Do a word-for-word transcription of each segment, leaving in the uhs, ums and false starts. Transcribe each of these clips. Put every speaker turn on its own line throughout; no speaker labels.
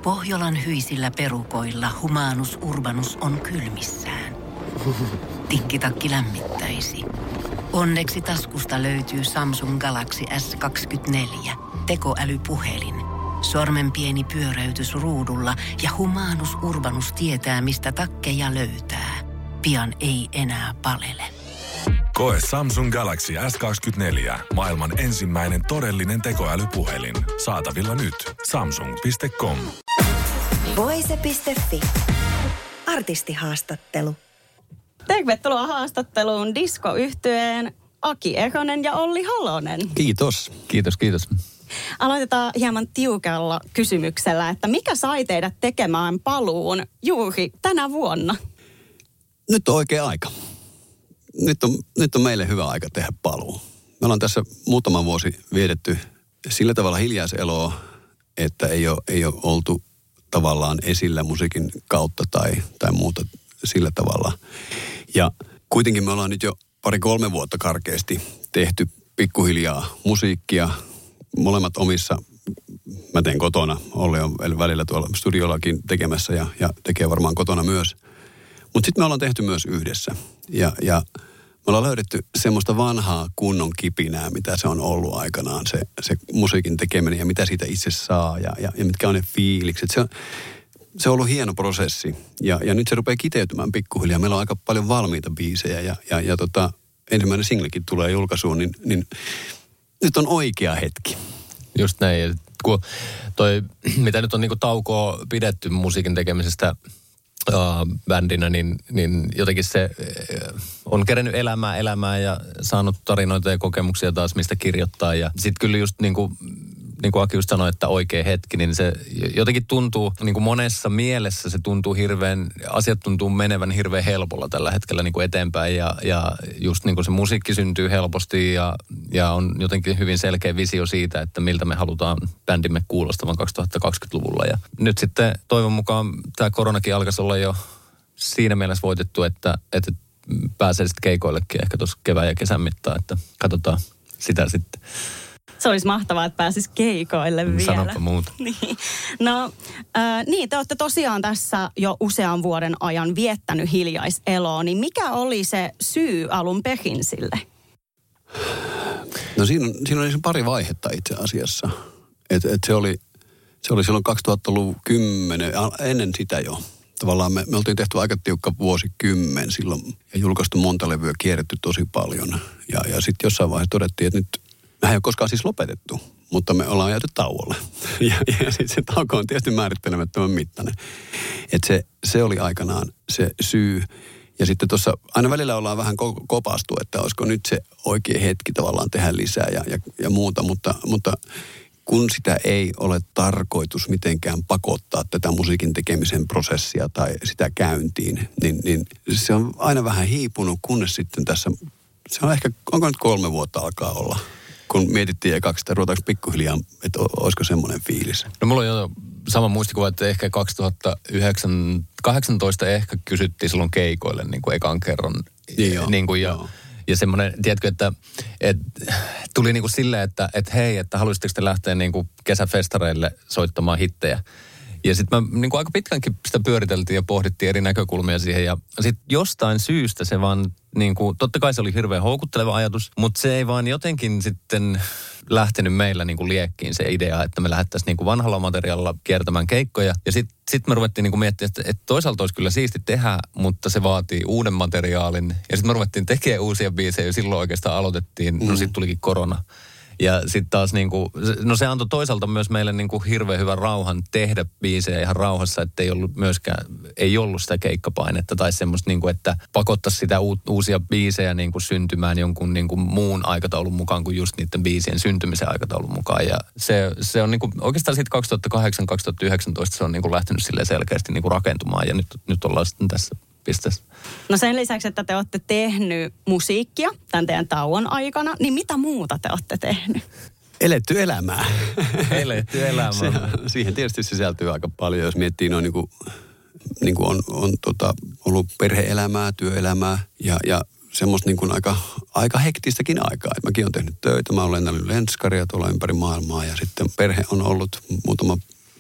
Pohjolan hyisillä perukoilla Humanus Urbanus on kylmissään. Tikkitakki lämmittäisi. Onneksi taskusta löytyy Samsung Galaxy S kaksikymmentäneljä, tekoälypuhelin. Sormen pieni pyöräytys ruudulla ja Humanus Urbanus tietää, mistä takkeja löytää. Pian ei enää palele.
Koe Samsung Galaxy S kaksikymmentäneljä, maailman ensimmäinen todellinen tekoälypuhelin. Saatavilla nyt. samsung piste com.
Voise piste fi. Artistihaastattelu.
Tervetuloa haastatteluun diskoyhtyeen Aki Ekonen ja Olli Halonen.
Kiitos. Kiitos, kiitos.
Aloitetaan hieman tiukalla kysymyksellä, että mikä sai teidät tekemään paluun juuri tänä vuonna?
Nyt on oikea aika. Nyt on, nyt on meille hyvä aika tehdä paluu. Me ollaan tässä muutama vuosi vietetty sillä tavalla hiljaiseloa, että ei ole, ei ole oltu tavallaan esillä musiikin kautta tai, tai muuta sillä tavalla. Ja kuitenkin me ollaan nyt jo pari-kolme vuotta karkeasti tehty pikkuhiljaa musiikkia. Molemmat omissa, mä teen kotona, Olli on välillä tuolla studiollakin tekemässä ja, ja tekee varmaan kotona myös. Mutta sitten me ollaan tehty myös yhdessä ja, ja me ollaan löydetty semmoista vanhaa kunnon kipinää, mitä se on ollut aikanaan, se, se musiikin tekeminen ja mitä siitä itse saa ja, ja, ja mitkä on ne fiilikset. Se on, se on ollut hieno prosessi ja, ja nyt se rupeaa kiteytymään pikkuhiljaa. Meillä on aika paljon valmiita biisejä ja, ja, ja tota, ensimmäinen singlekin tulee julkaisuun, niin, niin nyt on oikea hetki.
Just näin. Kun toi, mitä nyt on niinku taukoa pidetty musiikin tekemisestä uh, bändinä, niin, niin jotenkin se uh, on kerennyt elämää elämää ja saanut tarinoita ja kokemuksia taas, mistä kirjoittaa. Ja sitten kyllä just niin kuin niin kuin Aki just sanoi, että oikea hetki, niin se jotenkin tuntuu, niin kuin monessa mielessä se tuntuu hirveän, asiat tuntuu menevän hirveän helpolla tällä hetkellä niin kuin eteenpäin ja, ja just niin kuin se musiikki syntyy helposti ja, ja on jotenkin hyvin selkeä visio siitä, että miltä me halutaan bändimme kuulostavan kaksituhattakaksikymmentäluvulla ja nyt sitten toivon mukaan tämä koronakin alkaisi olla jo siinä mielessä voitettu, että, että pääsee sitten keikoillekin ehkä tuossa kevään ja kesän mittaan, että katsotaan sitä sitten.
Se olisi mahtavaa, että pääsisi keikoille vielä.
Sanoppa muuta.
niin. No äh, niin, te olette tosiaan tässä jo usean vuoden ajan viettänyt hiljaiseloa, niin mikä oli se syy alun perin sille?
No siinä, siinä oli pari vaihetta itse asiassa. Et, et se, oli, se oli silloin kaksituhattaluvun kymmenen, ennen sitä jo. Tavallaan me, me oltiin tehty aika tiukka vuosikymmen silloin ja julkaistu monta levyä, kierretty tosi paljon. Ja, ja sitten jossain vaiheessa todettiin, että nyt mehän ei ole koskaan siis lopetettu, mutta me ollaan jääty tauolle. Ja, ja sitten se tauko on tietysti määrittelemättömän mittainen. Että se, se oli aikanaan se syy. Ja sitten tuossa aina välillä ollaan vähän kopastu, että olisiko nyt se oikea hetki tavallaan tehdä lisää ja, ja, ja muuta. Mutta, mutta kun sitä ei ole tarkoitus mitenkään pakottaa tätä musiikin tekemisen prosessia tai sitä käyntiin, niin, niin se on aina vähän hiipunut, kunnes sitten tässä, se on ehkä, onko nyt kolme vuotta alkaa olla, kun mietittiin ekaksi, että ruvetaanko pikkuhiljaa, että olisiko semmoinen fiilis.
No mulla on jo sama muistikuva, että ehkä kaksituhattakahdeksantoista ehkä kysyttiin silloin keikoille niin kuin ekan kerran.
Niin
niin kuin, ja, ja semmoinen, tiedätkö, että, että tuli niin kuin silleen, että, että hei, että haluaisitteko te lähteä niin kuin kesäfestareille soittamaan hittejä. Ja sitten mä niin kuin aika pitkänkin sitä pyöriteltiin ja pohdittiin eri näkökulmia siihen. Ja sitten jostain syystä se vaan, niin kuin, totta kai se oli hirveän houkutteleva ajatus, mutta se ei vaan jotenkin sitten lähtenyt meillä niin kuin liekkiin se idea, että me lähdettäisiin niin kuin vanhalla materiaalilla kiertämään keikkoja. Ja sitten sit me ruvettiin niin kuin miettimään, että, että toisaalta olisi kyllä siisti tehdä, mutta se vaatii uuden materiaalin. Ja sitten me ruvettiin tekemään uusia biisejä ja silloin oikeastaan aloitettiin, mm. no sitten tulikin korona. Ja sitten taas niinku, no se antoi toisaalta myös meille niinku hirveän hyvän rauhan tehdä biisejä ihan rauhassa, että ei ollut myöskään, ei ollut sitä keikkapainetta tai semmoista niinku, että pakottaisi sitä u, uusia biisejä niinku syntymään jonkun niinku muun aikataulun mukaan kuin just niiden biisien syntymisen aikataulun mukaan. Ja se, se on niinku, oikeastaan sitten kaksituhattakahdeksan kaksituhattayhdeksäntoista se on niinku lähtenyt silleen selkeästi niinku rakentumaan ja nyt, nyt ollaan sitten tässä pisteessä.
No sen lisäksi, että te olette tehnyt musiikkia tämän teidän tauon aikana, niin mitä muuta te olette tehnyt?
Eletty elämää.
Eletty elämää.
Se, siihen tietysti sisältyy aika paljon, jos miettii noin niin kuin, niin kuin on, on tota, ollut perhe-elämää, työelämää ja, ja semmoista niin kuin aika, aika hektistäkin aikaa. Et mäkin olen tehnyt töitä, mä olen lennellyt lenskaria tuolla ympäri maailmaa ja sitten perhe on ollut muutama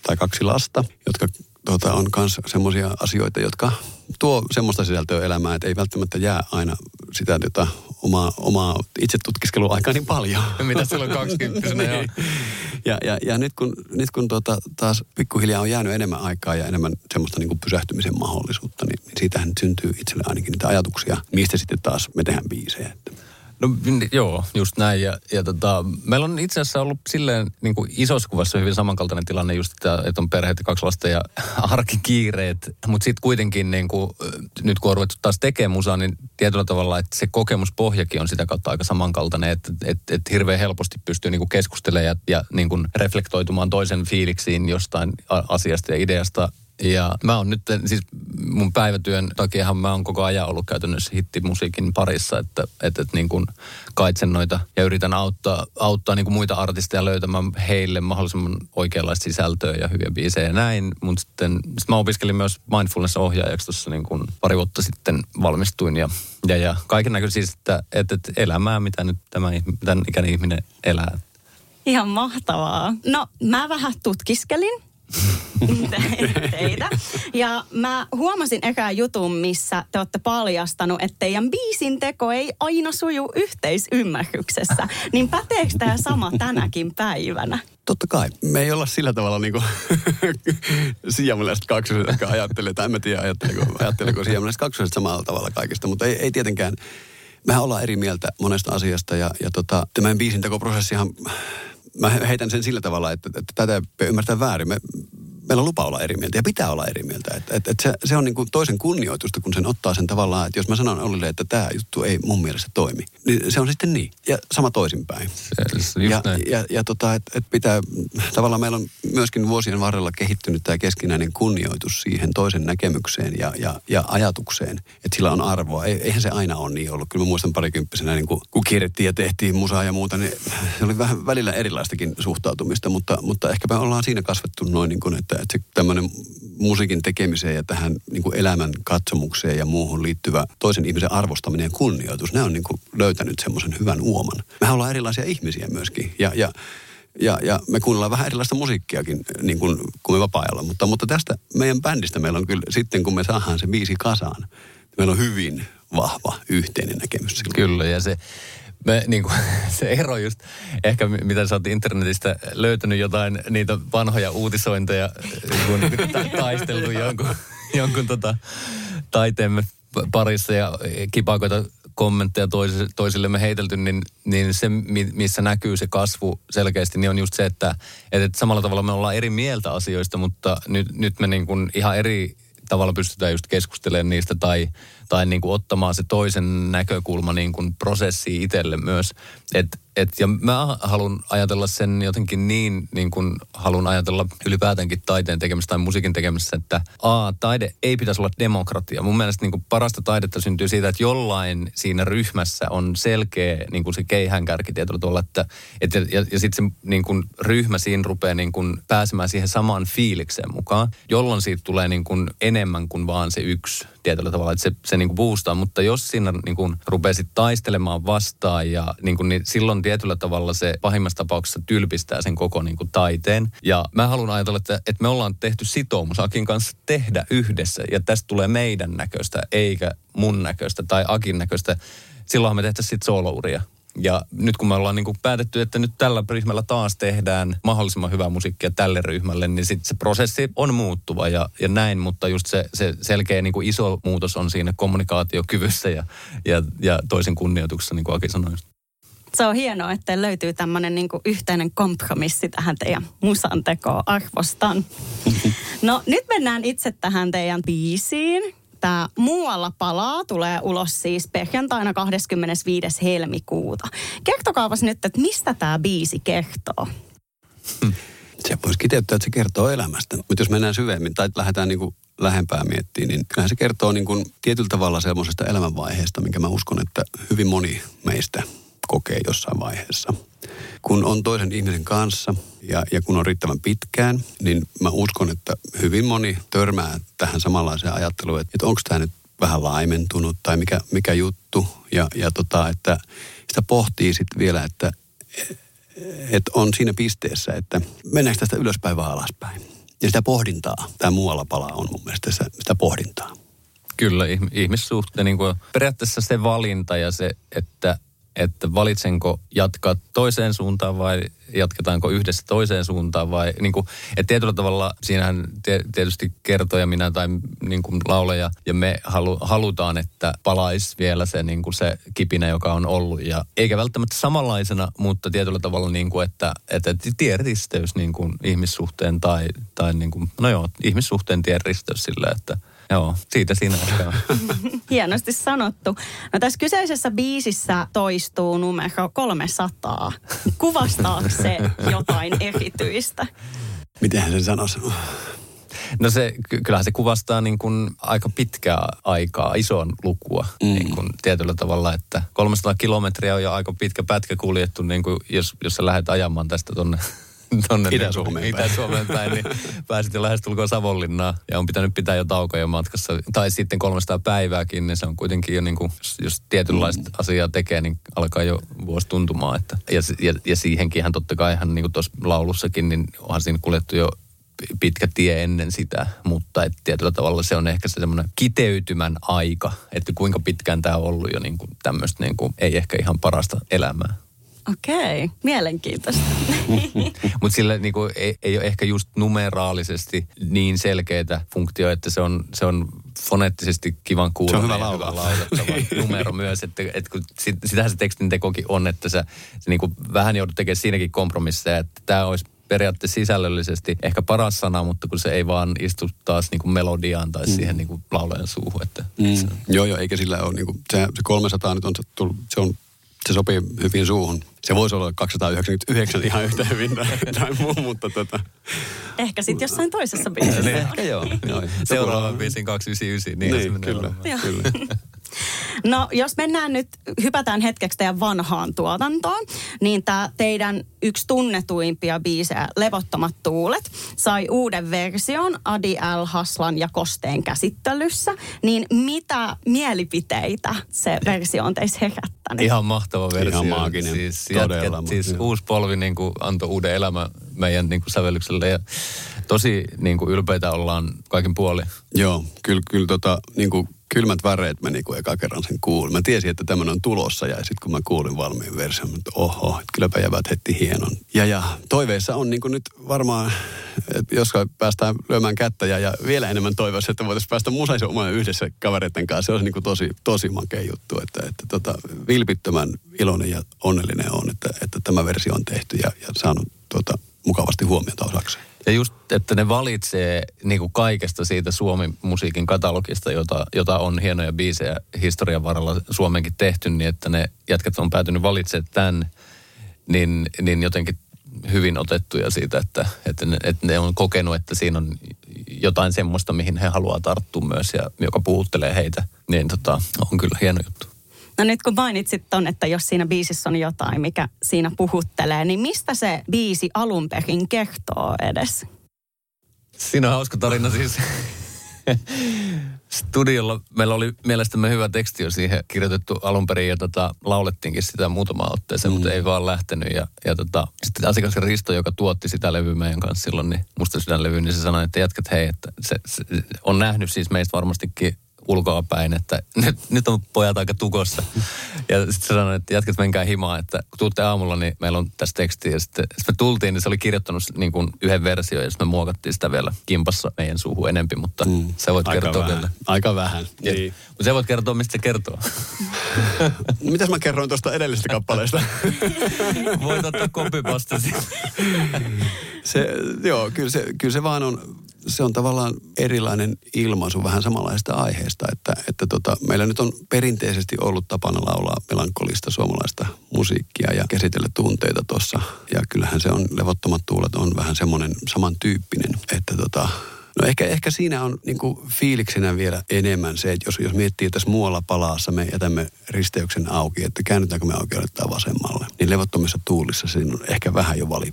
tai kaksi lasta, jotka tuota, on myös semmoisia asioita, jotka tuo semmoista sisältöä elämään, että ei välttämättä jää aina sitä jota, omaa, omaa itsetutkiskeluaikaa niin paljon.
Mitä silloin kaksikymppisenä joo.
Ja, ja, ja nyt kun, nyt kun tuota, taas pikkuhiljaa on jäänyt enemmän aikaa ja enemmän semmoista niin kuin pysähtymisen mahdollisuutta, niin, niin siitähän syntyy itselle ainakin niitä ajatuksia, mistä sitten taas me tehdään biisejä.
No joo, just näin. Ja, ja tota, meillä on itse asiassa ollut silleen niin kuin isossa kuvassa hyvin samankaltainen tilanne just, että, että on perheet ja kaksi lasta ja arkikiireet. Mutta sitten kuitenkin niin kuin, nyt kun on ruvettu taas tekemään musaa, niin tietyllä tavalla, että se kokemuspohjakin on sitä kautta aika samankaltainen, että et, et hirveän helposti pystyy niin kuin keskustelemaan ja, ja niin kuin reflektoitumaan toisen fiiliksiin jostain asiasta ja ideasta. Ja mä oon nyt, siis mun päivätyön takiahan mä oon koko ajan ollut käytännössä hittimusiikin parissa, että, että, että niin kuin kaitsen noita ja yritän auttaa, auttaa niin kuin muita artisteja löytämään heille mahdollisimman oikeanlaista sisältöä ja hyviä biisejä ja näin. Mutta sitten sit mä opiskelin myös mindfulness-ohjaajaksi tuossa niin kuin pari vuotta sitten valmistuin ja, ja, ja kaiken näköisesti siis, että, että, että elämää, mitä nyt tämä, tämän ikäinen ihminen elää.
Ihan mahtavaa. No mä vähän tutkiskelin teitä. Ja mä huomasin ekään jutun, missä te olette paljastanut, että teidän biisin teko ei aina suju yhteisymmärryksessä. Niin päteekö tämä sama tänäkin päivänä?
Totta kai. Me ei olla sillä tavalla niin kuin siamelaiset kaksoset, jotka ajattelee, tai en mä tiedä, ajatteleko, ajatteleko siamelaiset kaksoset samalla tavalla kaikista, mutta ei, ei tietenkään. Mehän ollaan eri mieltä monesta asiasta ja, ja tota, tämän biisin tekoprosessihan, mä heitän sen sillä tavalla, että, että tätä ei ymmärtää väärin. Me, meillä on lupa olla eri mieltä ja pitää olla eri mieltä. Että, että, että se, se on niin kuin toisen kunnioitusta, kun sen ottaa sen tavallaan, että jos mä sanon Ollille, että tämä juttu ei mun mielestä toimi, niin se on sitten niin. Ja sama toisinpäin.
Se,
ja ja, ja tota, että et pitää, tavallaan meillä on myöskin vuosien varrella kehittynyt tämä keskinäinen kunnioitus siihen toisen näkemykseen ja, ja, ja ajatukseen, että sillä on arvoa. Eihän se aina ole niin ollut. Kyllä mä muistan parikymppisenä, niin kun, kun kierrettiin ja tehtiin musaa ja muuta, niin se oli vähän välillä erilaistakin suhtautumista, mutta, mutta ehkä me ollaan siinä kasvettu noin niin kuin, että että se tämmöinen musiikin tekemiseen ja tähän niin kuin elämän katsomukseen ja muuhun liittyvä toisen ihmisen arvostaminen ja kunnioitus, ne on niin kuin löytänyt semmoisen hyvän uoman. Mehän ollaan erilaisia ihmisiä myöskin ja, ja, ja, ja me kuunnellaan vähän erilaista musiikkiakin niin kuin, kuin me vapaa-ajalla, mutta, mutta tästä meidän bändistä meillä on kyllä sitten, kun me saadaan se biisi kasaan, meillä on hyvin vahva yhteinen näkemys silloin.
Kyllä ja se... Me, niin kuin, se ero just, ehkä mitä sä oot internetistä löytänyt jotain niitä vanhoja uutisointeja, kun ta- taisteltu jonkun, jonkun tota, taiteemme parissa ja kipakoita kommentteja toisille, toisillemme heitelty, niin, niin se, missä näkyy se kasvu selkeästi, niin on just se, että, että samalla tavalla me ollaan eri mieltä asioista, mutta nyt, nyt me niin kuin ihan eri tavalla pystytään just keskustelemaan niistä tai, tai niin kuin ottamaan se toisen näkökulma niin kuin prosessiin itselle myös. Et, et, ja mä haluan ajatella sen jotenkin niin, niin kuin haluan ajatella ylipäätäänkin taiteen tekemisessä tai musiikin tekemisessä, että a, taide ei pitäisi olla demokratia. Mun mielestä niin kuin parasta taidetta syntyy siitä, että jollain siinä ryhmässä on selkeä niin kuin se keihäänkärki tietyllä tavalla, että et, ja, ja, ja sitten se niin kuin ryhmä siinä rupeaa niin kuin pääsemään siihen samaan fiilikseen mukaan, jolloin siitä tulee niin kuin enemmän kuin vaan se yksi tietyllä tavalla, että se, se niin kuin boostaa, mutta jos siinä niin kuin rupeaa sitten taistelemaan vastaan ja niin kuin, niin silloin tietyllä tavalla se pahimmassa tapauksessa tylpistää sen koko niin kuin taiteen. Ja mä haluan ajatella, että, että me ollaan tehty sitoumus Akin kanssa tehdä yhdessä ja tästä tulee meidän näköistä eikä mun näköistä tai Akin näköistä. Silloinhan me tehtäisiin sitten soolouria. Ja nyt kun me ollaan niin kuin päätetty, että nyt tällä ryhmällä taas tehdään mahdollisimman hyvää musiikkia tälle ryhmälle, niin sitten se prosessi on muuttuva ja, ja näin, mutta just se, se selkeä niin kuin iso muutos on siinä kommunikaatiokyvyssä ja, ja, ja toisen kunnioituksessa, niin kuin Aki sanoi.
Se on hienoa, että löytyy tämmöinen niin kuin yhteinen kompromissi tähän teidän musan tekoon. Arvostan. No nyt mennään itse tähän teidän biisiin. Tämä Muualla palaa tulee ulos siis perjantaina kahdeskymmenesviides helmikuuta. Kertokaapas nyt, että mistä tämä biisi kertoo?
Hmm. Se voisi kiteyttää, että se kertoo elämästä. Mutta jos mennään syvemmin tai lähdetään niin kuin lähempää miettimään, niin kyllähän se kertoo niin kuin tietyllä tavalla semmoisesta elämänvaiheesta, minkä mä uskon, että hyvin moni meistä kokee jossain vaiheessa. Kun on toisen ihmisen kanssa ja, ja kun on riittävän pitkään, niin mä uskon, että hyvin moni törmää tähän samanlaiseen ajatteluun, että, että onko tämä nyt vähän laimentunut tai mikä, mikä juttu. Ja, ja tota, että sitä pohtii sitten vielä, että, että on siinä pisteessä, että mennäänkö tästä ylöspäin vai alaspäin. Ja sitä pohdintaa, tämä muualla palaa on mun mielestä sitä, sitä pohdintaa.
Kyllä, ihmissuhteen niin kuin periaatteessa se valinta ja se, että, että valitsenko jatkaa toiseen suuntaan vai jatketaanko yhdessä toiseen suuntaan vai niin kuin, että tietyllä tavalla siinähän tietysti kertoja minä tai niin kuin lauleja ja me halu, halutaan, että palaisi vielä se, niin kuin se kipinä, joka on ollut ja eikä välttämättä samanlaisena, mutta tietyllä tavalla niin kuin, että, että tienristeys niin kuin ihmissuhteen tai, tai niin kuin, no joo, ihmissuhteen tienristeys sillä, että joo, siitä siinä on.
Hienosti sanottu. No tässä kyseisessä biisissä toistuu numero kolmesataa. Kuvastaako se jotain erityistä?
Mitenhän sen sanoisi?
No se, kyllähän se kuvastaa niin kuin aika pitkää aikaa, isoa lukua. Mm. Niin kuin tietyllä tavalla, että kolmesataa kilometriä on jo aika pitkä pätkä kuljettu, niin kuin jos, jos sä lähdet ajamaan tästä tonne Tonne
Itä-Suomeen päin.
Itä-Suomeen päin, niin pääsit jo lähestulkoon Savonlinnaan ja on pitänyt pitää jo taukoja matkassa. Tai sitten kolmesataa päivääkin, niin se on kuitenkin jo niin kuin, jos tietynlaista mm. asiaa tekee, niin alkaa jo vuosi tuntumaan. Että, ja, ja, ja siihenkinhän totta kai ihan niin kuin tuossa laulussakin, niin onhan siinä kuljettu jo pitkä tie ennen sitä, mutta et tietyllä tavalla se on ehkä se semmoinen kiteytymän aika, että kuinka pitkään tämä on ollut jo niin kuin tämmöistä niin kuin, ei ehkä ihan parasta elämää.
Okei, mielenkiintoista.
Mutta sillä niinku, ei, ei ole ehkä just numeraalisesti niin selkeätä funktio, että se on, se on foneettisesti kivan kuuloinen.
Se on hyvä laulaa.
Laulettava numero myös, että, että kun sit, sitähän se tekstin tekokin on, että sä, sä niinku vähän joudut tekemään siinäkin kompromisseja, että tämä olisi periaatteessa sisällöllisesti ehkä paras sana, mutta kun se ei vaan istu taas niinku melodiaan tai mm. siihen niinku laulajan suuhun. Että
mm. se, joo, joo, eikä sillä ole niinku, se, se kolmesataa nyt on tullut, se on se sopii hyvin suuhun. Se voisi olla kaksisataayhdeksänkymmentäyhdeksän ihan yhtä hyvin tai, tai muu, mutta tota...
Ehkä sitten jossain toisessa biisissä.
Ehkä joo. joo.
Seuraavan biisin kaksisataayhdeksänkymmentäyhdeksän. Niin,
niin kyllä, kyllä.
No jos mennään nyt, hypätään hetkeksi teidän vanhaan tuotantoon, niin tämä teidän yksi tunnetuimpia biisejä, Levottomat tuulet, sai uuden version Adi L. Haslan ja Kosteen käsittelyssä. Niin mitä mielipiteitä se versio on teissä herättänyt?
Ihan mahtava versio.
Ihan maaginen,
siis
todella.
Jätket, siis uusi polvi niin kuin antoi uuden elämän meidän niin kuin sävellykselle ja tosi niin kuin ylpeitä ollaan kaikin puolin.
Joo, kyllä, kyllä tota, niin kuin kylmät väreet meni, kun eka kerran sen kuulin. Mä tiesin, että tämmöinen on tulossa ja sitten kun mä kuulin valmiin version, että oho, että kylläpä jävät heti hienon. Ja, ja toiveissa on niin kuin nyt varmaan, että jos päästään lyömään kättä ja, ja vielä enemmän toiveissa, että voitaisiin päästä musaisomaan yhdessä kavereiden kanssa. Se olisi niin kuin tosi, tosi makea juttu, että, että tota, vilpittömän iloinen ja onnellinen on, että, että tämä versio on tehty ja, ja saanut tuota, mukavasti huomiota osakseen.
Ja just, että ne valitsee niin kuin kaikesta siitä Suomi-musiikin katalogista, jota, jota on hienoja biisejä historian varrella Suomenkin tehty, niin että ne jätkät on päätynyt valitsemaan tämän, niin, niin jotenkin hyvin otettuja siitä, että, että, ne, että ne on kokenut, että siinä on jotain semmoista, mihin he haluaa tarttua myös ja joka puhuttelee heitä, niin tota, on kyllä hieno juttu.
No nyt kun mainitsit ton, että jos siinä biisissä on jotain, mikä siinä puhuttelee, niin mistä se biisi alun perin kertoo edes?
Siinä on hauska tarina siis. Studiolla meillä oli mielestämme hyvä teksti jo siihen kirjoitettu alun perin ja tota, laulettiinkin sitä muutama otteeseen, mm. mutta ei vaan lähtenyt. Ja, ja tota, sitten asiakas Risto, joka tuotti sitä levyä meidän kanssa silloin, niin musta sydänlevyyn, niin se sanoi, että jätkät hei, että se, se on nähnyt siis meistä varmastikin ulkoa päin, että nyt, nyt on pojat aika tukossa. Ja sitten se sanoi, että jätkät menkää himaan, että kun tuutte aamulla, niin meillä on tässä tekstiä. Ja sitten, sitten me tultiin, niin se oli kirjoittanut niin kuin yhden version, ja sitten me muokattiin sitä vielä kimpassa meidän suuhun enempi, mutta mm. sä voit
aika
kertoa
vähän.
vielä.
Aika vähän, niin.
Mutta sä voit kertoa, mistä se kertoo.
Mitäs mä kerroin tuosta edellisestä kappaleesta?
Voit ottaa kopipastasi.
se, joo, kyllä se, kyllä se vaan on... Se on tavallaan erilainen ilmaisu vähän samanlaista aiheesta, että, että tota, meillä nyt on perinteisesti ollut tapana laulaa melankolista suomalaista musiikkia ja käsitellä tunteita tuossa. Ja kyllähän se on, Levottomat tuulet on vähän semmoinen samantyyppinen, että tota, no ehkä, ehkä siinä on niinku fiiliksenä vielä enemmän se, että jos, jos miettii tässä muualla palaassa, me jätämme risteyksen auki, että käännytäänkö me oikealle tai vasemmalle, niin Levottomissa tuulissa siinä on ehkä vähän jo valittu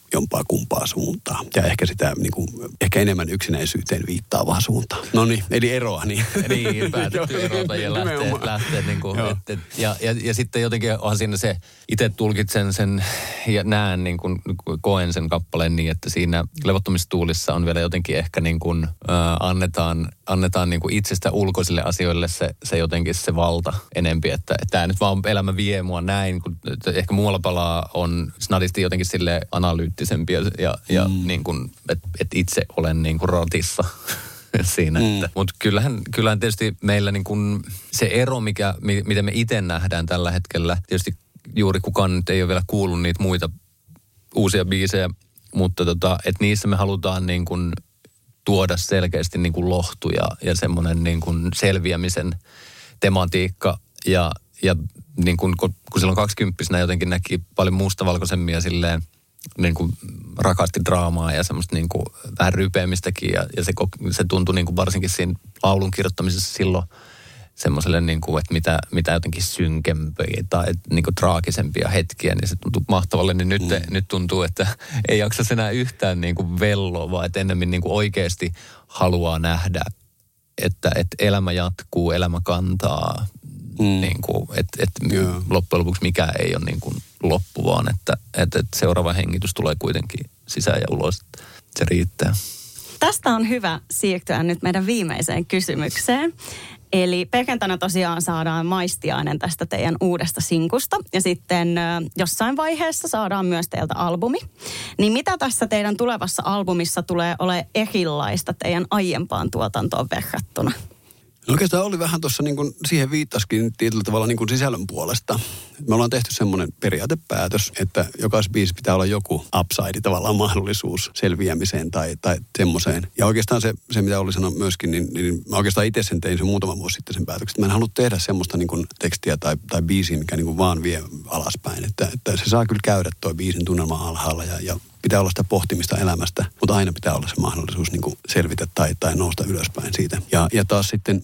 jompaa kumpaa suuntaa. Ja ehkä sitä niin kuin, ehkä enemmän yksinäisyyteen viittaavaa suuntaa. No niin, eli eroa. Niin,
niin päätetty erota ja lähtee, lähtee niin kuin, et, et, ja, ja, ja sitten jotenkin onhan siinä se, itse tulkitsen sen ja näen niin kuin, koen sen kappaleen niin, että siinä levottomistuulissa on vielä jotenkin ehkä niin kuin, äh, annetaan, annetaan niin kuin itsestä ulkoisille asioille se, se jotenkin se valta enempi, että tämä nyt vaan elämä vie mua näin, kun ehkä muualla palaa on snadisti jotenkin sille analyyttisempi ja, ja, ja mm. niin kuin, että et itse olen niin kuin ratissa siinä. Mm. Mutta kyllähän, kyllähän tietysti meillä niin kuin se ero, mikä, mitä me itse nähdään tällä hetkellä, tietysti juuri kukaan nyt ei ole vielä kuullut niitä muita uusia biisejä, mutta tota, että niissä me halutaan niin kuin tuoda selkeästi niin kuin lohtu ja, ja semmoinen niin kuin selviämisen tematiikka ja, ja niin kuin, kun silloin kaksikymppisenä jotenkin näki paljon mustavalkoisemmin ja silleen niin kuin rakasti draamaa ja semmoista niin kuin vähän rypeämistäkin ja, ja se, se tuntui niin kuin varsinkin siinä laulun kirjoittamisessa silloin semmoiselle niin kuin, että mitä, mitä jotenkin synkempiä tai niin kuin traagisempia hetkiä, niin se tuntui mahtavalle. Niin nyt, mm. nyt tuntuu, että ei jaksa enää yhtään niin kuin velloa, vaan että ennemmin niin kuin oikeasti haluaa nähdä, että, että elämä jatkuu, elämä kantaa. Mm. Niin kuin, että, että yeah. loppujen lopuksi mikään ei ole niin kuin loppu, vaan että, että, että seuraava hengitys tulee kuitenkin sisään ja ulos. Se riittää.
Tästä on hyvä siirtyä nyt meidän viimeiseen kysymykseen. Eli perjantaina tosiaan saadaan maistiainen tästä teidän uudesta sinkusta. Ja sitten jossain vaiheessa saadaan myös teiltä albumi. Niin mitä tässä teidän tulevassa albumissa tulee olemaan erilaista teidän aiempaan tuotantoon verrattuna?
No oikeastaan oli vähän tuossa, niin kuin siihen viittaskin tietyllä tavalla niin kuin sisällön puolesta. Me ollaan tehty semmoinen periaatepäätös, että jokaisessa biisissä pitää olla joku upside, tavallaan mahdollisuus selviämiseen tai, tai semmoiseen. Ja oikeastaan se, se mitä oli sanonut myöskin, niin, niin mä oikeastaan itse sen tein sen muutama vuosi sitten sen päätöksen. Mä en halua tehdä semmoista niin kuin tekstiä tai, tai biisiä, mikä niin kuin vaan vie alaspäin. Että, että se saa kyllä käydä toi biisin tunnelma alhaalla ja, ja pitää olla sitä pohtimista elämästä, mutta aina pitää olla se mahdollisuus niin kuin selvitä tai, tai nousta ylöspäin siitä. Ja, ja taas sitten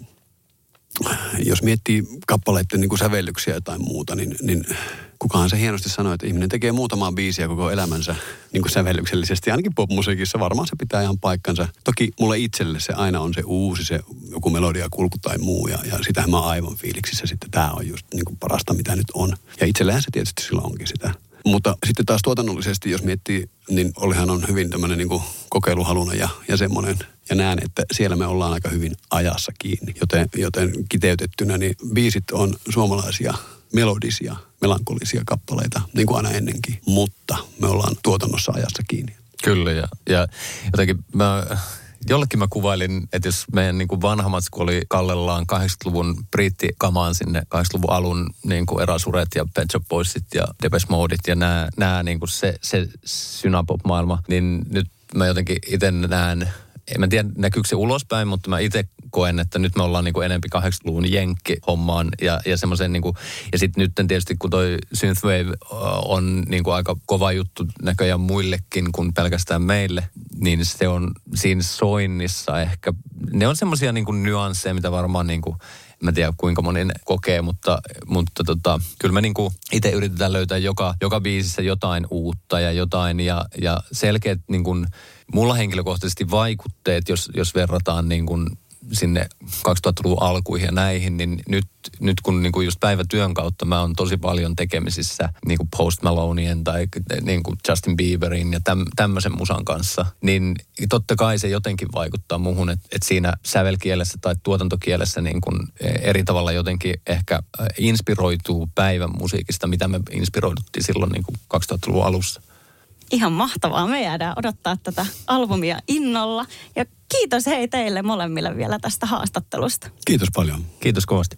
jos miettii kappaleiden niin kuin sävellyksiä tai muuta, niin, niin kukaan se hienosti sanoi, että ihminen tekee muutamaa biisiä koko elämänsä niin kuin sävellyksellisesti. Ainakin popmusiikissa varmaan se pitää ihan paikkansa. Toki mulle itselle se aina on se uusi, se joku melodia, kulku tai muu. Ja, ja sitähän mä oon aivan fiiliksissä. Sitten tää on just niin kuin parasta, mitä nyt on. Ja itsellähän se tietysti silloin onkin sitä. Mutta sitten taas tuotannollisesti, jos miettii, niin olihan on hyvin tämmöinen niin kuin kokeiluhalunen ja, ja semmoinen. Ja näen, että siellä me ollaan aika hyvin ajassa kiinni. Joten, joten kiteytettynä, niin biisit on suomalaisia, melodisia, melankolisia kappaleita, niin kuin aina ennenkin. Mutta me ollaan tuotannossa ajassa kiinni.
Kyllä, ja, ja jotenkin mä... Jollekin mä kuvailin, että jos meidän niin kuin vanha matsku oli kallellaan kahdeksankymmentäluvun brittikamaan sinne kahdeksankymmentäluvun alun niin kuin Erasuret ja Pet Shop Boysit ja Depeche Modeit ja nämä, nämä niin kuin se, se synapop-maailma, niin nyt mä jotenkin itse näen, en mä tiedä näkyykö se ulospäin, mutta mä itse koen, että nyt me ollaan niin kuin enempi kahdeksankymmentäluvun jenkki-hommaan ja, ja semmoisen niin kuin, ja sitten nyt tietysti kun toi synthwave on niin kuin aika kova juttu näköjään muillekin kuin pelkästään meille, niin se on siinä soinnissa ehkä, ne on semmoisia niin kuin nyansseja, mitä varmaan niin kuin, mä en tiedä kuinka moni ne kokee, mutta, mutta tota, kyllä me niin kuin itse yritetään löytää joka, joka biisissä jotain uutta ja jotain ja, ja selkeät niin kuin, mulla henkilökohtaisesti vaikutteet, jos, jos verrataan niin kuin sinne kaksituhattaluvun alkuihin ja näihin, niin nyt, nyt kun niin kuin just päivätyön kautta mä oon tosi paljon tekemisissä niin kuin Post Maloneen tai niin kuin Justin Bieberin ja täm, tämmöisen musan kanssa, niin totta kai se jotenkin vaikuttaa muuhun, että, että siinä sävelkielessä tai tuotantokielessä niin kuin eri tavalla jotenkin ehkä inspiroituu päivän musiikista, mitä me inspiroiduttiin silloin niin kuin kaksituhattaluvun alussa.
Ihan mahtavaa. Me jäädään odottaa tätä albumia innolla. Ja kiitos hei teille molemmille vielä tästä haastattelusta.
Kiitos paljon.
Kiitos kovasti.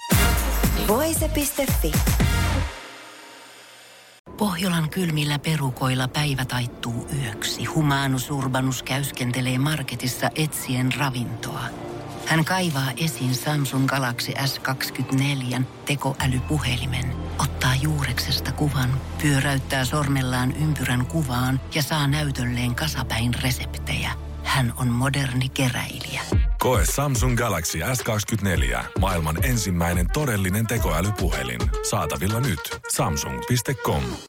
Voise piste fi.
Pohjolan kylmillä perukoilla päivä taittuu yöksi. Humanus Urbanus käyskentelee marketissa etsien ravintoa. Hän kaivaa esiin Samsung Galaxy S kaksikymmentäneljä tekoälypuhelimen, ottaa juureksesta kuvan, pyöräyttää sormellaan ympyrän kuvaan ja saa näytölleen kasapäin reseptejä. Hän on moderni keräilijä.
Koe Samsung Galaxy S kaksikymmentäneljä, maailman ensimmäinen todellinen tekoälypuhelin. Saatavilla nyt. Samsung piste com.